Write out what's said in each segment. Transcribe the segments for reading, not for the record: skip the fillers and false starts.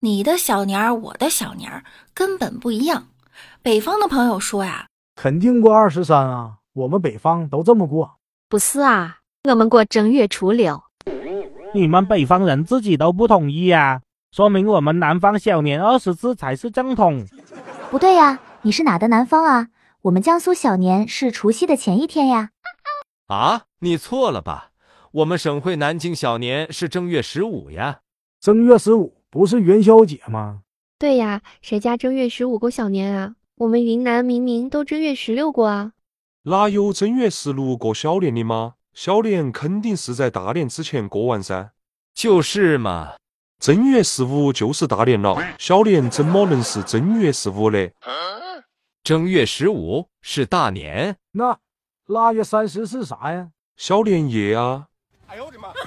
你的小年儿，我的小年儿根本不一样。北方的朋友说呀， 肯定过23啊，我们北方都这么过。 不是啊，我们过正月初6。 你们北方人自己都不统一啊，说明我们南方小年24才是正统。 不对呀，你是哪的南方啊？我们江苏小年是除夕的前一天呀。 啊，你错了吧？我们省会南京小年是正月15呀。 正月15不是元宵节吗？ 对呀，谁家正月15过小年啊？我们云南明明都正月16过啊。 哪有正月16过小年的吗？小年肯定是在大年之前过完噻。 就是嘛， 正月15就是大年了，小年怎么能是正月15呢？ 正月15是大年， 那腊月30是啥呀？ 小年夜啊。 哎呦我的妈！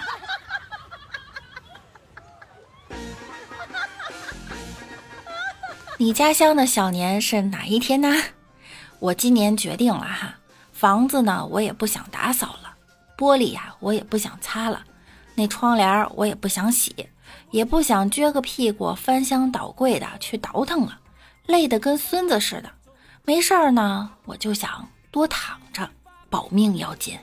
你家乡的小年是哪一天呢？我今年决定了哈，房子呢我也不想打扫了，玻璃呀我也不想擦了，那窗帘我也不想洗，也不想撅个屁股翻箱倒柜的去倒腾了，累得跟孙子似的。没事儿呢，我就想多躺着，保命要紧。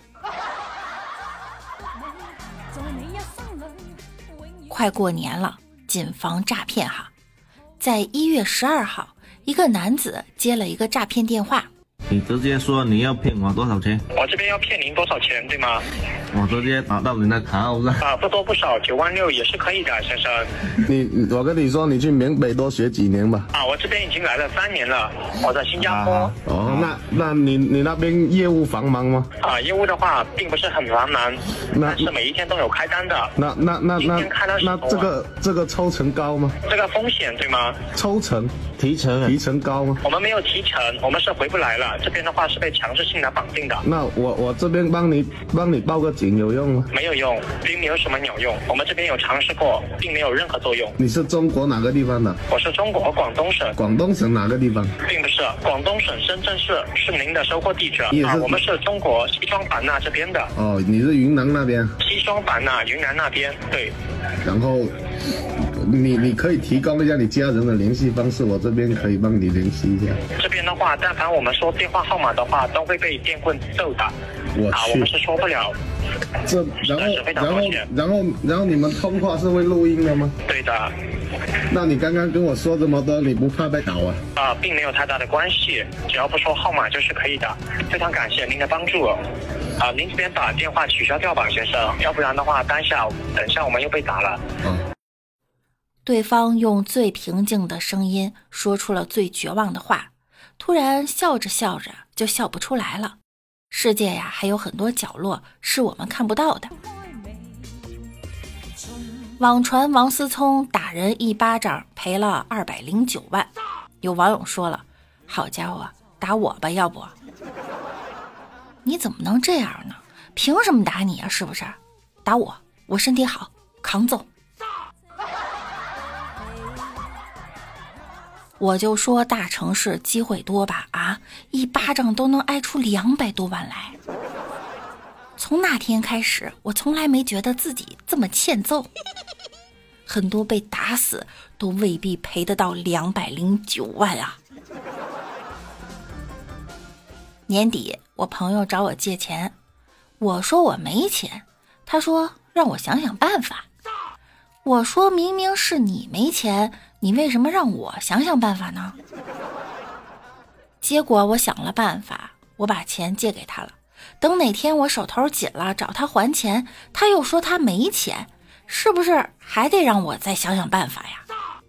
快过年了，谨防诈骗哈。在1月12号，一个男子接了一个诈骗电话。 你直接说你要骗我多少钱？ 我这边要骗您多少钱，对吗？ 我直接打到你的卡号上。 不多不少，9万6也是可以的，先生。 我跟你说，你去缅北多学几年吧。 我这边已经来了3年了，我在新加坡。 那你那边业务繁忙吗？ 业务的话并不是很繁忙，但是每一天都有开单的。 那这个抽成高吗？ 这个风险对吗？ 抽成提成高吗？ 我们没有提成，我们是回不来了。这边的话是被强制性的绑定的。 那我这边帮你报个警有用吗？ 没有用，并没有什么鸟用。我们这边有尝试过，并没有任何作用。 你是中国哪个地方的？ 我是中国广东省。 广东省哪个地方？ 并不是，广东省深圳市是您的收货地址我们是中国西双版纳这边的。 哦，你是云南那边？ 西双版纳云南那边，对。 然后你可以提供一下你家人的联系方式，我这边可以帮你联系一下。 这边的话，但凡我们说电话号码的话，都会被电棍揍的。我们是说不了。 然后你们通话是会录音的吗？ 对的。 那你刚刚跟我说这么多，你不怕被搞啊？ 并没有太大的关系，只要不说号码就是可以的。非常感谢您的帮助。您这边把电话取消掉吧，先生，要不然的话，等一下我们又被打了。 对方用最平静的声音说出了最绝望的话，突然笑着笑着就笑不出来了。世界呀，还有很多角落是我们看不到的。网传王思聪打人1巴掌赔了209万，有网友说了，好家伙，打我吧，要不你怎么能这样呢？凭什么打你啊？是不是？打我身体好，扛揍。我就说大城市机会多吧，1巴掌都能挨出200多万来。从那天开始，我从来没觉得自己这么欠揍。很多被打死都未必赔得到209万啊。年底我朋友找我借钱，我说我没钱，他说让我想想办法。我说明明是你没钱，你为什么让我想想办法呢？结果我想了办法，我把钱借给他了。等哪天我手头紧了找他还钱，他又说他没钱，是不是还得让我再想想办法呀？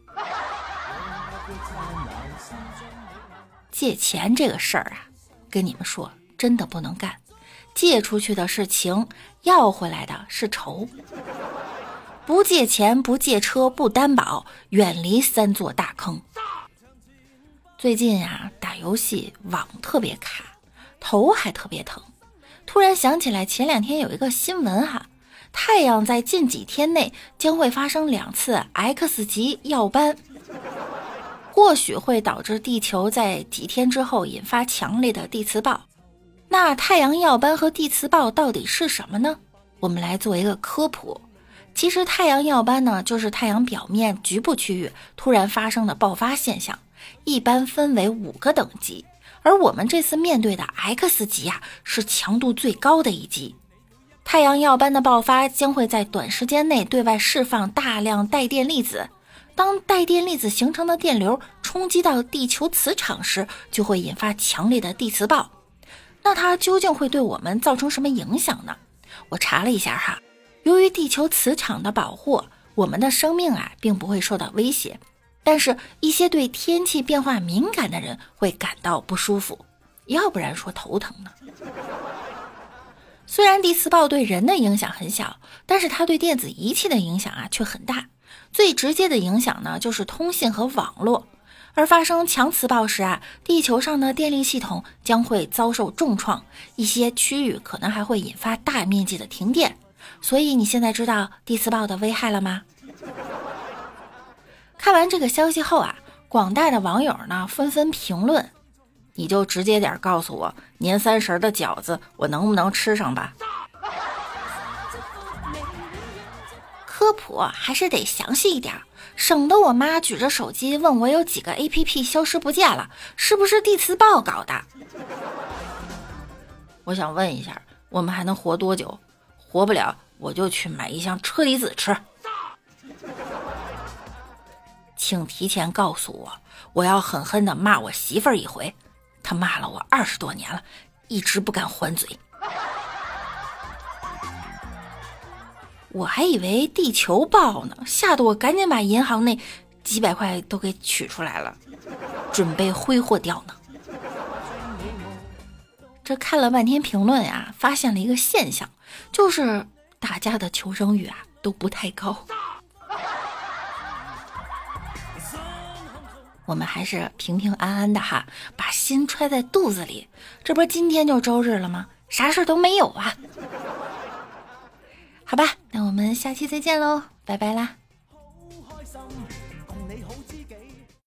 借钱这个事儿跟你们说真的不能干，借出去的是情，要回来的是仇。不借钱，不借车，不担保，远离3座大坑。最近打游戏网特别卡，头还特别疼。突然想起来前2天有一个新闻太阳在近几天内将会发生2次 X 级耀斑，或许会导致地球在几天之后引发强烈的地磁暴。那太阳耀斑和地磁暴到底是什么呢？我们来做一个科普。 其实太阳耀斑呢，就是太阳表面局部区域突然发生的爆发现象，一般分为5个等级，而我们这次面对的 X 级啊，是强度最高的一级。太阳耀斑的爆发将会在短时间内对外释放大量带电粒子，当带电粒子形成的电流冲击到地球磁场时，就会引发强烈的地磁暴。那它究竟会对我们造成什么影响呢？我查了一下哈，由于地球磁场的保护，我们的生命啊并不会受到威胁，但是一些对天气变化敏感的人会感到不舒服，要不然说头疼呢。虽然地磁暴对人的影响很小，但是它对电子仪器的影响啊却很大。最直接的影响呢就是通信和网络，而发生强磁暴时啊，地球上的电力系统将会遭受重创，一些区域可能还会引发大面积的停电。所以你现在知道地磁暴的危害了吗？看完这个消息后啊，广大的网友呢纷纷评论，你就直接点告诉我，年30的饺子我能不能吃上吧？科普还是得详细一点，省得我妈举着手机问我有几个 APP 消失不见了，是不是地磁暴搞的？我想问一下，我们还能活多久？活不了我就去买一箱车厘子吃。请提前告诉我，我要狠狠地骂我媳妇儿一回，她骂了我20多年了，一直不敢还嘴。我还以为地球爆呢，吓得我赶紧把银行那几百块都给取出来了，准备挥霍掉呢。这看了半天评论呀，发现了一个现象，就是大家的求生欲啊都不太高。我们还是平平安安的哈，把心揣在肚子里。这不是今天就周日了吗？啥事都没有啊。好吧，那我们下期再见喽，拜拜啦。